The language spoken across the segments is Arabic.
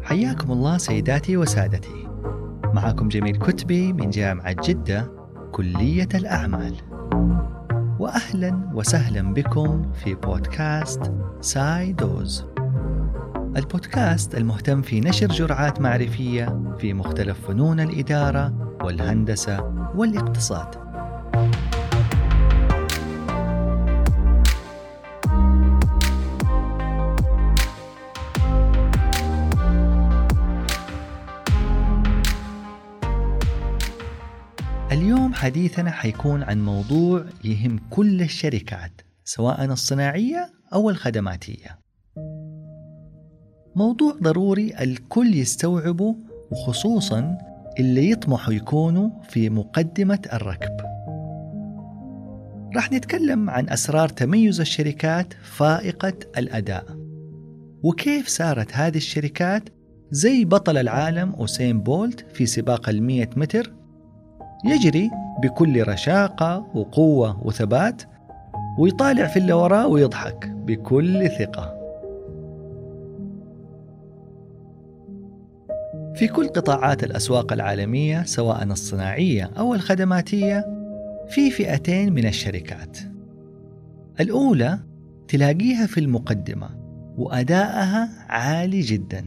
حياكم الله سيداتي وسادتي، معكم جميل كتبي من جامعة جدة كلية الأعمال، وأهلا وسهلا بكم في بودكاست سايدوز، البودكاست المهتم في نشر جرعات معرفية في مختلف فنون الإدارة والهندسة والاقتصاد. اليوم حديثنا حيكون عن موضوع يهم كل الشركات سواء الصناعية أو الخدماتية. موضوع ضروري الكل يستوعبه، وخصوصا اللي يطمحوا يكونوا في مقدمة الركب. راح نتكلم عن أسرار تميز الشركات فائقة الأداء، وكيف صارت هذه الشركات زي بطل العالم أوسين بولت في سباق 100 متر، يجري بكل رشاقة وقوة وثبات، ويطالع في اللي وراه ويضحك بكل ثقة. في كل قطاعات الأسواق العالمية سواء الصناعية أو الخدماتية في فئتين من الشركات. الأولى تلاقيها في المقدمة وأداءها عالي جدا،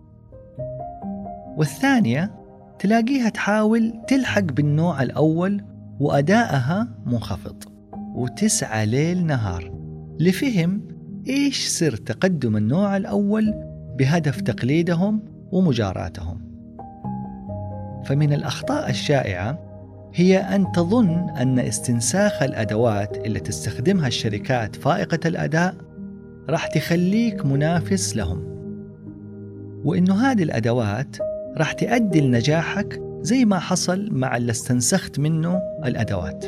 والثانية تلاقيها تحاول تلحق بالنوع الأول وأداءها منخفض، وتسعى ليل نهار لفهم إيش سر تقدم النوع الأول بهدف تقليدهم ومجاراتهم. فمن الأخطاء الشائعة هي أن تظن أن استنساخ الأدوات اللي تستخدمها الشركات فائقة الأداء راح تخليك منافس لهم، وإنه هذه الأدوات راح تؤدي لنجاحك زي ما حصل مع اللي استنسخت منه الأدوات.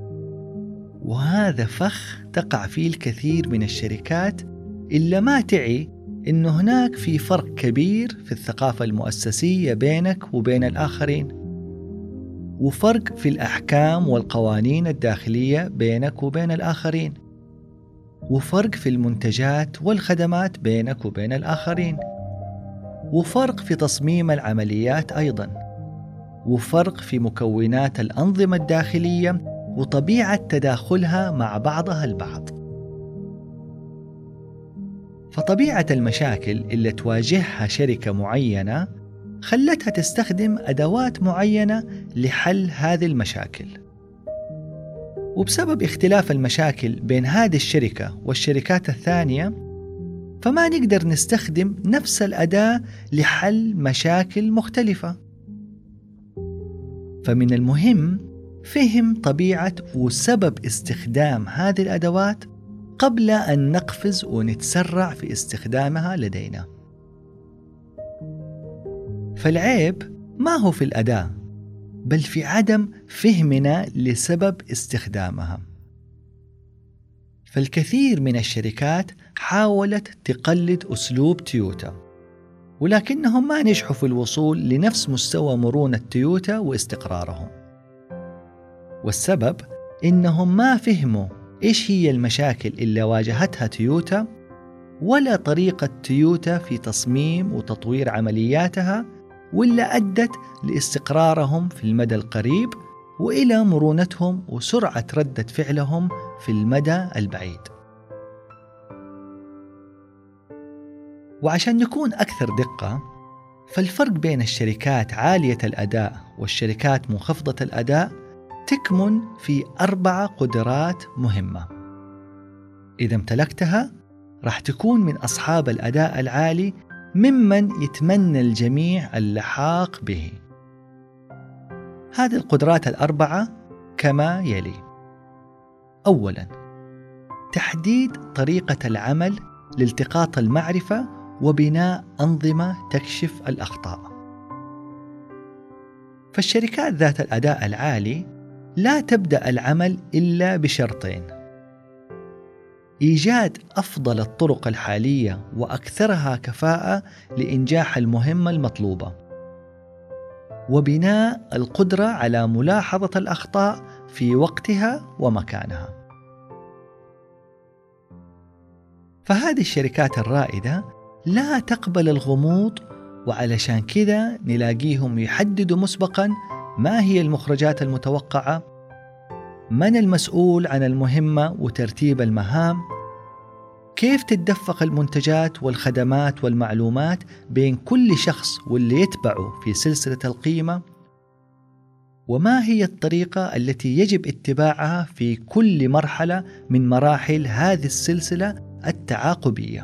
وهذا فخ تقع فيه الكثير من الشركات إلا ما تعي إنه هناك في فرق كبير في الثقافة المؤسسية بينك وبين الآخرين، وفرق في الأحكام والقوانين الداخلية بينك وبين الآخرين، وفرق في المنتجات والخدمات بينك وبين الآخرين، وفرق في تصميم العمليات أيضا، وفرق في مكونات الأنظمة الداخلية وطبيعة تداخلها مع بعضها البعض. فطبيعة المشاكل اللي تواجهها شركة معينة خلتها تستخدم أدوات معينة لحل هذه المشاكل، وبسبب اختلاف المشاكل بين هذه الشركة والشركات الثانية فما نقدر نستخدم نفس الأداة لحل مشاكل مختلفة. فمن المهم فهم طبيعة وسبب استخدام هذه الأدوات قبل أن نقفز ونتسرع في استخدامها لدينا. فالعيب ما هو في الأداة، بل في عدم فهمنا لسبب استخدامها. فالكثير من الشركات حاولت تقلد أسلوب تويوتا، ولكنهم ما نجحوا في الوصول لنفس مستوى مرونة تويوتا واستقرارهم. والسبب إنهم ما فهموا إيش هي المشاكل اللي واجهتها تويوتا، ولا طريقة تويوتا في تصميم وتطوير عملياتها، واللي أدت لاستقرارهم في المدى القريب وإلى مرونتهم وسرعة ردة فعلهم في المدى البعيد. وعشان نكون أكثر دقة، فالفرق بين الشركات عالية الأداء والشركات منخفضة الأداء تكمن في 4 قدرات مهمة. إذا امتلكتها راح تكون من أصحاب الأداء العالي ممن يتمنى الجميع اللحاق به. هذه القدرات 4 كما يلي: أولاً، تحديد طريقة العمل لالتقاط المعرفة وبناء أنظمة تكشف الأخطاء. فالشركات ذات الأداء العالي لا تبدأ العمل إلا بشرطين: إيجاد أفضل الطرق الحالية وأكثرها كفاءة لإنجاح المهمة المطلوبة، وبناء القدرة على ملاحظة الأخطاء في وقتها ومكانها. فهذه الشركات الرائدة لا تقبل الغموض وعلشان كذا نلاقيهم يحددوا مسبقا ما هي المخرجات المتوقعة، من المسؤول عن المهمة وترتيب المهام، كيف تتدفق المنتجات والخدمات والمعلومات بين كل شخص واللي يتبعه في سلسلة القيمة، وما هي الطريقة التي يجب اتباعها في كل مرحلة من مراحل هذه السلسلة التعاقبية.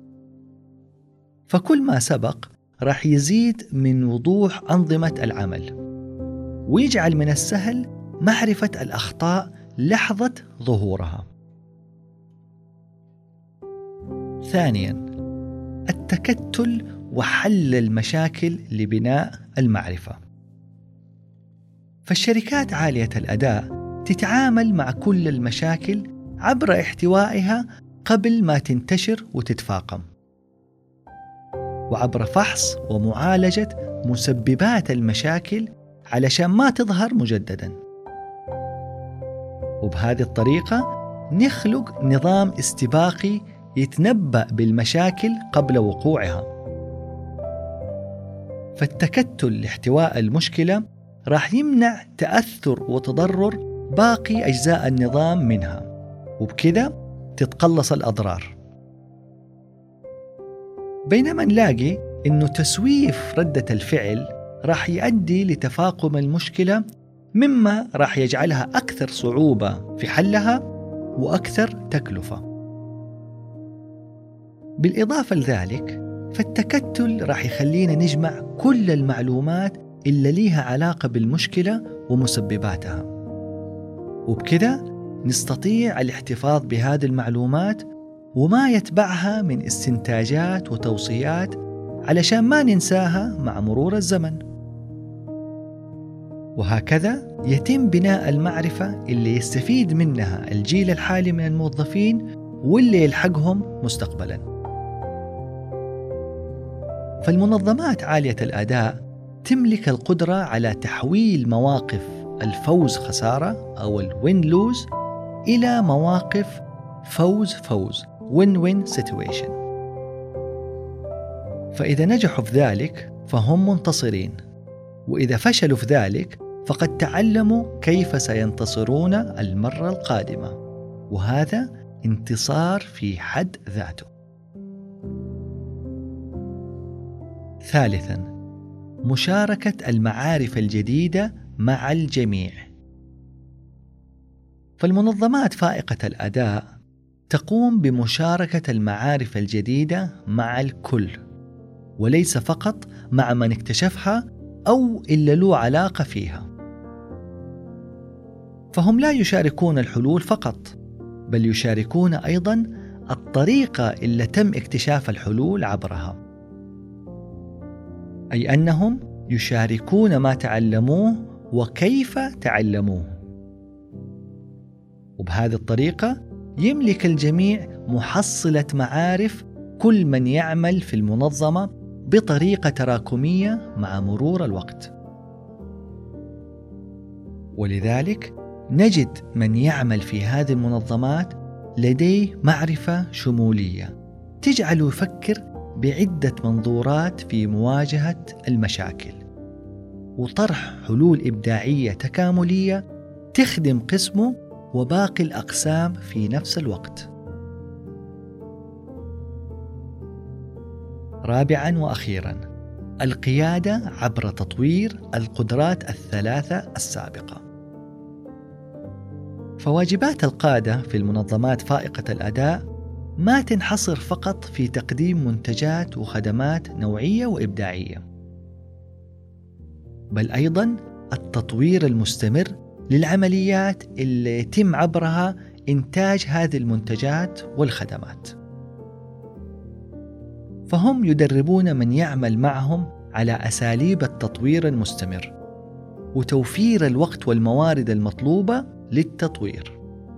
فكل ما سبق راح يزيد من وضوح أنظمة العمل، ويجعل من السهل معرفة الأخطاء لحظة ظهورها. ثانياً، التكتل وحل المشاكل لبناء المعرفة. فالشركات عالية الأداء تتعامل مع كل المشاكل عبر احتوائها قبل ما تنتشر وتتفاقم، وعبر فحص ومعالجة مسببات المشاكل علشان ما تظهر مجدداً. وبهذه الطريقة نخلق نظام استباقي يتنبأ بالمشاكل قبل وقوعها. فالتكتل لاحتواء المشكلة راح يمنع تأثر وتضرر باقي أجزاء النظام منها، وبكذا تتقلص الأضرار. بينما نلاقي إنه تسويف ردة الفعل راح يؤدي لتفاقم المشكلة، مما راح يجعلها أكثر صعوبة في حلها وأكثر تكلفة. بالإضافة لذلك، فالتكتل راح يخلينا نجمع كل المعلومات اللي ليها علاقة بالمشكلة ومسبباتها، وبكذا نستطيع الاحتفاظ بهذه المعلومات وما يتبعها من استنتاجات وتوصيات علشان ما ننساها مع مرور الزمن. وهكذا يتم بناء المعرفة اللي يستفيد منها الجيل الحالي من الموظفين واللي يلحقهم مستقبلاً. فالمنظمات عالية الأداء تملك القدرة على تحويل مواقف الفوز خسارة أو الوين لوز إلى مواقف فوز فوز win-win situation. فإذا نجحوا في ذلك فهم منتصرين، وإذا فشلوا في ذلك فقد تعلموا كيف سينتصرون المرة القادمة، وهذا انتصار في حد ذاته. ثالثاً، مشاركة المعارف الجديدة مع الجميع. فالمنظمات فائقة الأداء تقوم بمشاركة المعارف الجديدة مع الكل، وليس فقط مع من اكتشفها أو إلا له علاقة فيها. فهم لا يشاركون الحلول فقط، بل يشاركون أيضاً الطريقة اللي تم اكتشاف الحلول عبرها، أي أنهم يشاركون ما تعلموه وكيف تعلموه. وبهذه الطريقة يملك الجميع محصلة معارف كل من يعمل في المنظمة بطريقة تراكمية مع مرور الوقت. ولذلك نجد من يعمل في هذه المنظمات لديه معرفة شمولية تجعله يفكر بعدة منظورات في مواجهة المشاكل، وطرح حلول إبداعية تكاملية تخدم قسمه وباقي الأقسام في نفس الوقت. رابعاً وأخيراً، القيادة عبر تطوير القدرات الثلاثة السابقة. فواجبات القادة في المنظمات فائقة الأداء ما تنحصر فقط في تقديم منتجات وخدمات نوعية وإبداعية، بل أيضاً التطوير المستمر للعمليات اللي يتم عبرها إنتاج هذه المنتجات والخدمات. فهم يدربون من يعمل معهم على أساليب التطوير المستمر وتوفير الوقت والموارد المطلوبة للتطوير.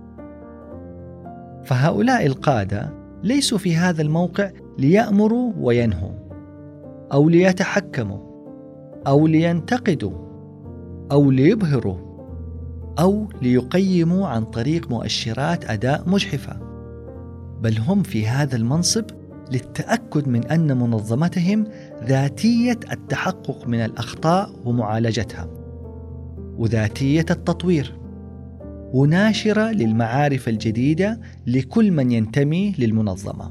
فهؤلاء القادة ليسوا في هذا الموقع ليأمروا وينهوا، أو ليتحكموا، أو لينتقدوا، أو ليبهروا، أو ليقيموا عن طريق مؤشرات أداء مجحفة، بل هم في هذا المنصب للتأكد من أن منظمتهم ذاتية التحقق من الأخطاء ومعالجتها، وذاتية التطوير، وناشرة للمعارف الجديدة لكل من ينتمي للمنظمة.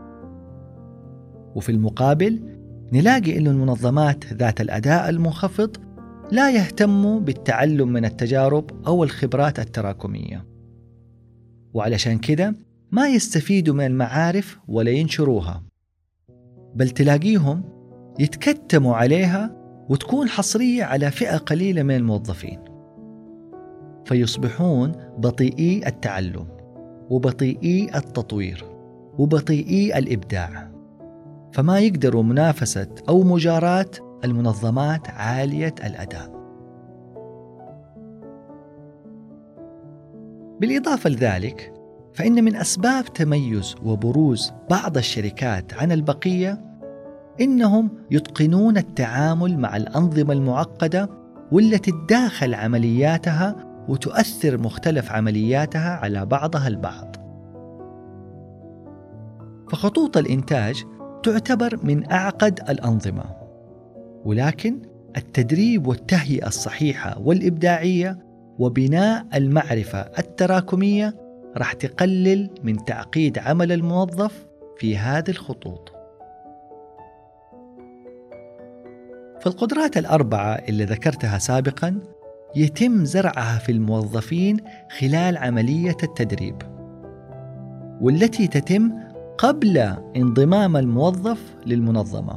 وفي المقابل نلاقي أن المنظمات ذات الأداء المنخفض لا يهتموا بالتعلم من التجارب أو الخبرات التراكمية، وعلشان كده ما يستفيدوا من المعارف ولا ينشروها، بل تلاقيهم يتكتموا عليها وتكون حصرية على فئة قليلة من الموظفين، فيصبحون بطيئي التعلم وبطيئي التطوير وبطيئي الإبداع، فما يقدروا منافسة أو مجاراة المنظمات عالية الأداء. بالإضافة لذلك، فإن من أسباب تميز وبروز بعض الشركات عن البقية إنهم يتقنون التعامل مع الأنظمة المعقدة والتي تداخل عملياتها وتؤثر مختلف عملياتها على بعضها البعض. فخطوط الإنتاج تعتبر من أعقد الأنظمة، ولكن التدريب والتهيئة الصحيحة والإبداعية وبناء المعرفة التراكمية راح تقلل من تعقيد عمل الموظف في هذه الخطوط. فالقدرات الأربعة اللي ذكرتها سابقا يتم زرعها في الموظفين خلال عملية التدريب، والتي تتم قبل انضمام الموظف للمنظمة،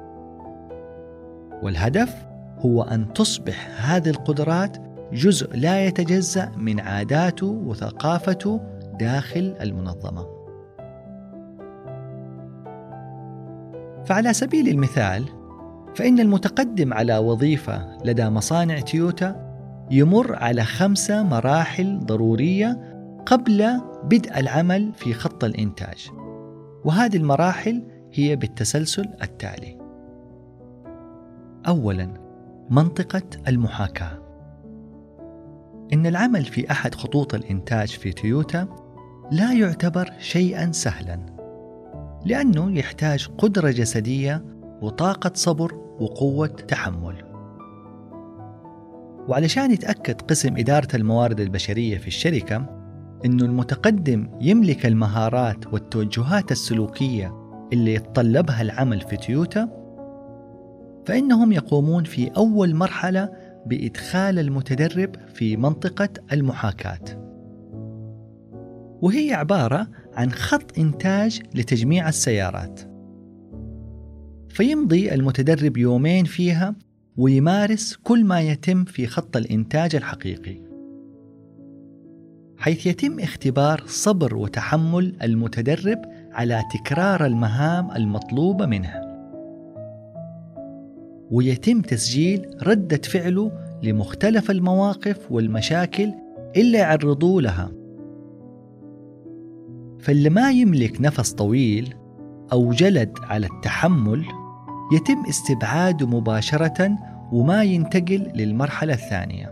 والهدف هو أن تصبح هذه القدرات جزء لا يتجزأ من عاداته وثقافته داخل المنظمة. فعلى سبيل المثال، فإن المتقدم على وظيفة لدى مصانع تويوتا يمر على 5 مراحل ضرورية قبل بدء العمل في خط الإنتاج، وهذه المراحل هي بالتسلسل التالي. أولاً، منطقة المحاكاة. إن العمل في أحد خطوط الإنتاج في تويوتا لا يعتبر شيئاً سهلاً، لأنه يحتاج قدرة جسدية وطاقة صبر وقوة تحمل. وعلشان يتأكد قسم إدارة الموارد البشرية في الشركة إنه المتقدم يملك المهارات والتوجهات السلوكية اللي يتطلبها العمل في تويوتا، فإنهم يقومون في أول مرحلة بإدخال المتدرب في منطقة المحاكاة، وهي عبارة عن خط إنتاج لتجميع السيارات. فيمضي المتدرب 2 يوم فيها ويمارس كل ما يتم في خط الإنتاج الحقيقي، حيث يتم اختبار صبر وتحمل المتدرب على تكرار المهام المطلوبة منه، ويتم تسجيل ردة فعله لمختلف المواقف والمشاكل اللي يعرضوا لها. فاللي ما يملك نفس طويل أو جلد على التحمل يتم استبعاده مباشرة وما ينتقل للمرحلة الثانية.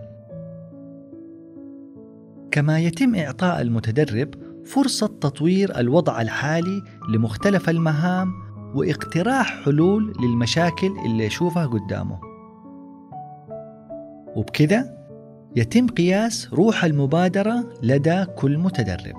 كما يتم إعطاء المتدرب فرصة تطوير الوضع الحالي لمختلف المهام واقتراح حلول للمشاكل اللي يشوفها قدامه، وبكذا يتم قياس روح المبادرة لدى كل متدرب.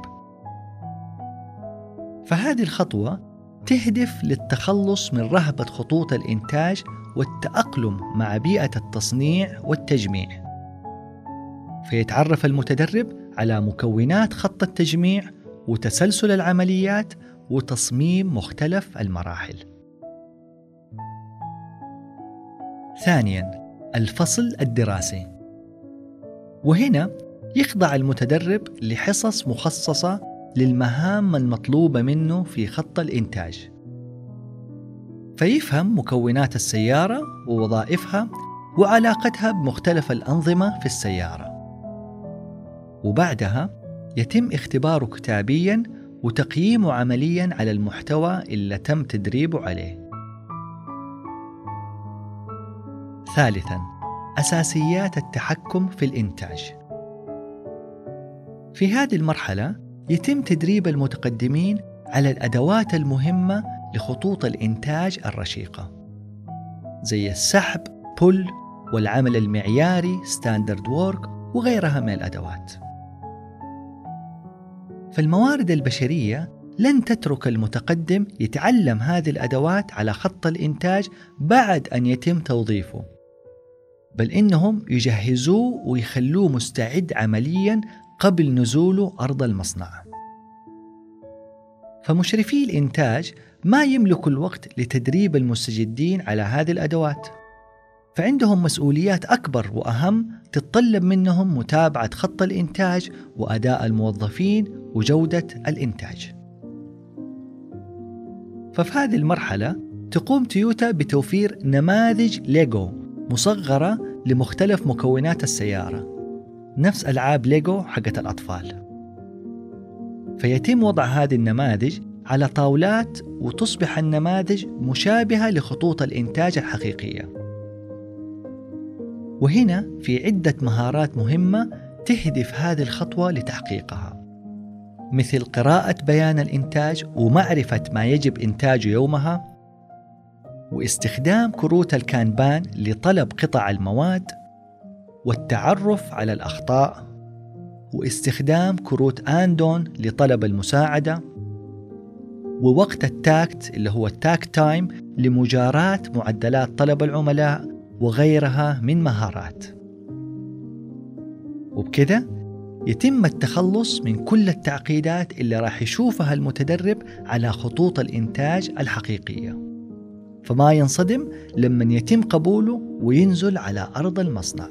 فهذه الخطوة تهدف للتخلص من رهبة خطوط الإنتاج والتأقلم مع بيئة التصنيع والتجميع، فيتعرف المتدرب على مكونات خط التجميع وتسلسل العمليات وتصميم مختلف المراحل. ثانياً، الفصل الدراسي. وهنا يخضع المتدرب لحصص مخصصة للمهام المطلوبة منه في خط الإنتاج، فيفهم مكونات السيارة ووظائفها وعلاقتها بمختلف الأنظمة في السيارة، وبعدها يتم اختباره كتابياً وتقييمه عملياً على المحتوى اللي تم تدريبه عليه. ثالثاً، أساسيات التحكم في الإنتاج. في هذه المرحلة يتم تدريب المتقدمين على الأدوات المهمة لخطوط الإنتاج الرشيقة زي السحب pull والعمل المعياري standard work وغيرها من الأدوات. فالموارد البشرية لن تترك المتقدم يتعلم هذه الأدوات على خط الإنتاج بعد أن يتم توظيفه، بل إنهم يجهزوه ويخلوه مستعد عملياً قبل نزوله أرض المصنع. فمشرفي الإنتاج ما يملكوا الوقت لتدريب المستجدين على هذه الأدوات، فعندهم مسؤوليات أكبر وأهم تتطلب منهم متابعة خط الإنتاج وأداء الموظفين وجودة الإنتاج. ففي هذه المرحلة تقوم تويوتا بتوفير نماذج ليجو مصغرة لمختلف مكونات السيارة، نفس ألعاب ليجو حقت الأطفال. فيتم وضع هذه النماذج على طاولات وتصبح النماذج مشابهة لخطوط الإنتاج الحقيقية. وهنا في عدة مهارات مهمة تهدف هذه الخطوة لتحقيقها، مثل قراءة بيان الإنتاج ومعرفة ما يجب إنتاجه يومها، واستخدام كروت الكانبان لطلب قطع المواد، والتعرف على الأخطاء، واستخدام كروت آندون لطلب المساعدة، ووقت التاكت اللي هو التاك تايم لمجاراة معدلات طلب العملاء وغيرها من مهارات. وبكذا يتم التخلص من كل التعقيدات اللي راح يشوفها المتدرب على خطوط الإنتاج الحقيقية، فما ينصدم لما يتم قبوله وينزل على أرض المصنع.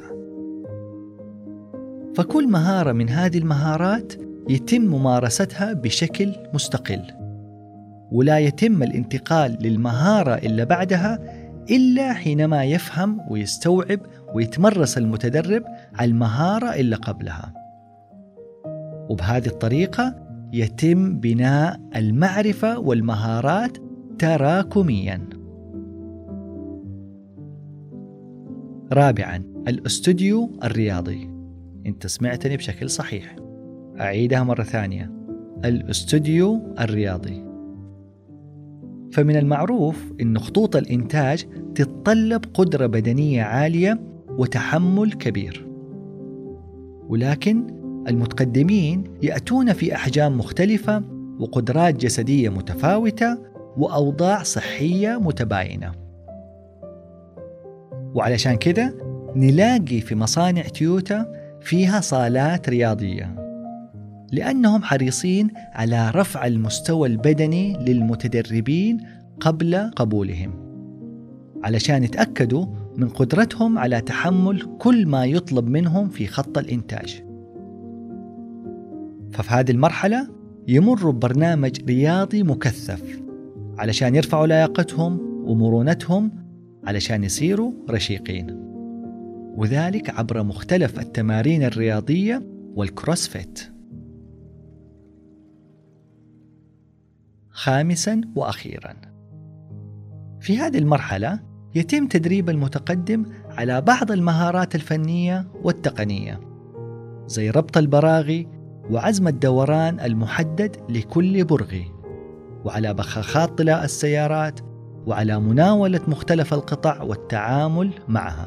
فكل مهارة من هذه المهارات يتم ممارستها بشكل مستقل، ولا يتم الانتقال للمهارة اللي بعدها إلا حينما يفهم ويستوعب ويتمرس المتدرب على المهارة اللي قبلها. وبهذه الطريقة يتم بناء المعرفة والمهارات تراكمياً. رابعاً، الاستوديو الرياضي. انت سمعتني بشكل صحيح، أعيدها مرة ثانية، الاستوديو الرياضي. فمن المعروف أن خطوط الإنتاج تتطلب قدرة بدنية عالية وتحمل كبير، ولكن المتقدمين يأتون في أحجام مختلفة وقدرات جسدية متفاوتة وأوضاع صحية متباينة. وعلشان كده نلاقي في مصانع تويوتا فيها صالات رياضية، لأنهم حريصين على رفع المستوى البدني للمتدربين قبل قبولهم، علشان يتأكدوا من قدرتهم على تحمل كل ما يطلب منهم في خط الإنتاج. ففي هذه المرحلة يمروا ببرنامج رياضي مكثف علشان يرفعوا لياقتهم ومرونتهم علشان يصيروا رشيقين، وذلك عبر مختلف التمارين الرياضية والكروسفيت. خامساً وأخيراً، في هذه المرحلة يتم تدريب المتقدم على بعض المهارات الفنية والتقنية، زي ربط البراغي وعزم الدوران المحدد لكل برغي، وعلى بخاخات طلاء السيارات، وعلى مناولة مختلف القطع والتعامل معها.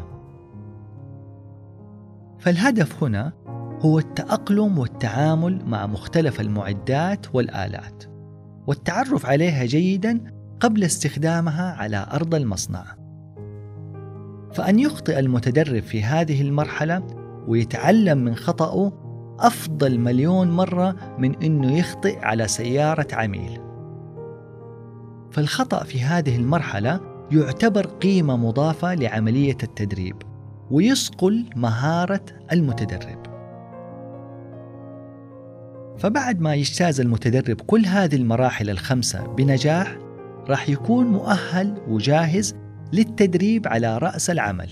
فالهدف هنا هو التأقلم والتعامل مع مختلف المعدات والآلات، والتعرف عليها جيداً قبل استخدامها على أرض المصنع. فأن يخطئ المتدرب في هذه المرحلة ويتعلم من خطأه أفضل مليون مرة من أنه يخطئ على سيارة عميل. فالخطأ في هذه المرحلة يعتبر قيمة مضافة لعملية التدريب، ويصقل مهارة المتدرب. فبعد ما يجتاز المتدرب كل هذه المراحل الخمسة بنجاح، راح يكون مؤهل وجاهز للتدريب على رأس العمل.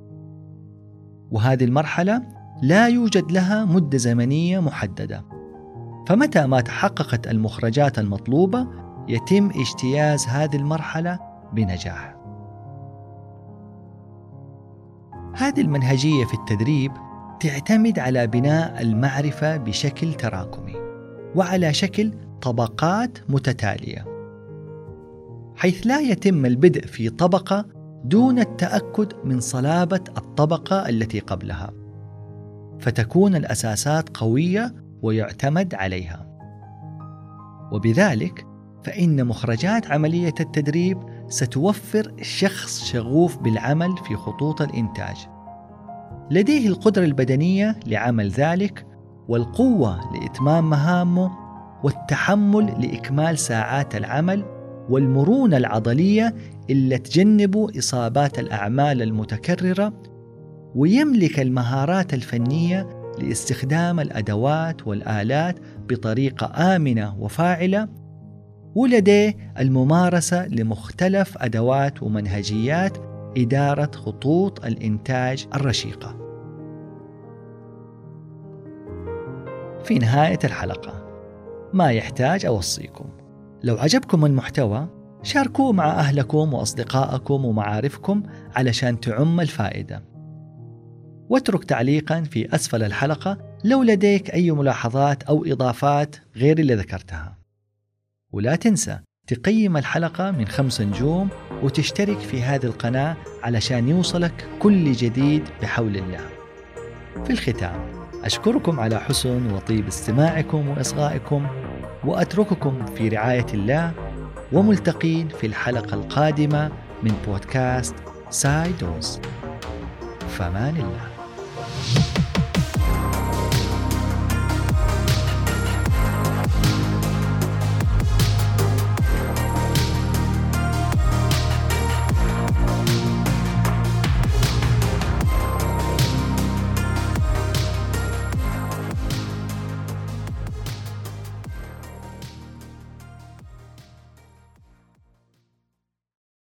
وهذه المرحلة لا يوجد لها مدة زمنية محددة، فمتى ما تحققت المخرجات المطلوبة يتم اجتياز هذه المرحلة بنجاح. هذه المنهجية في التدريب تعتمد على بناء المعرفة بشكل تراكمي وعلى شكل طبقات متتالية، حيث لا يتم البدء في طبقة دون التأكد من صلابة الطبقة التي قبلها، فتكون الأساسات قوية ويعتمد عليها. وبذلك فإن مخرجات عملية التدريب ستوفر شخص شغوف بالعمل في خطوط الإنتاج، لديه القدرة البدنية لعمل ذلك، والقوة لإتمام مهامه، والتحمل لإكمال ساعات العمل، والمرونة العضلية اللي تجنب إصابات الأعمال المتكررة، ويملك المهارات الفنية لاستخدام الأدوات والآلات بطريقة آمنة وفاعلة، ولديه الممارسة لمختلف أدوات ومنهجيات إدارة خطوط الإنتاج الرشيقة. في نهاية الحلقة ما يحتاج أوصيكم، لو عجبكم المحتوى شاركوه مع أهلكم وأصدقائكم ومعارفكم علشان تعم الفائدة، واترك تعليقا في أسفل الحلقة لو لديك أي ملاحظات أو إضافات غير اللي ذكرتها، ولا تنسى تقيم الحلقة من 5 نجوم وتشترك في هذه القناة علشان يوصلك كل جديد بحول الله. في الختام أشكركم على حسن وطيب استماعكم وإصغائكم، وأترككم في رعاية الله، وملتقين في الحلقة القادمة من بودكاست سايدوز. فمان الله.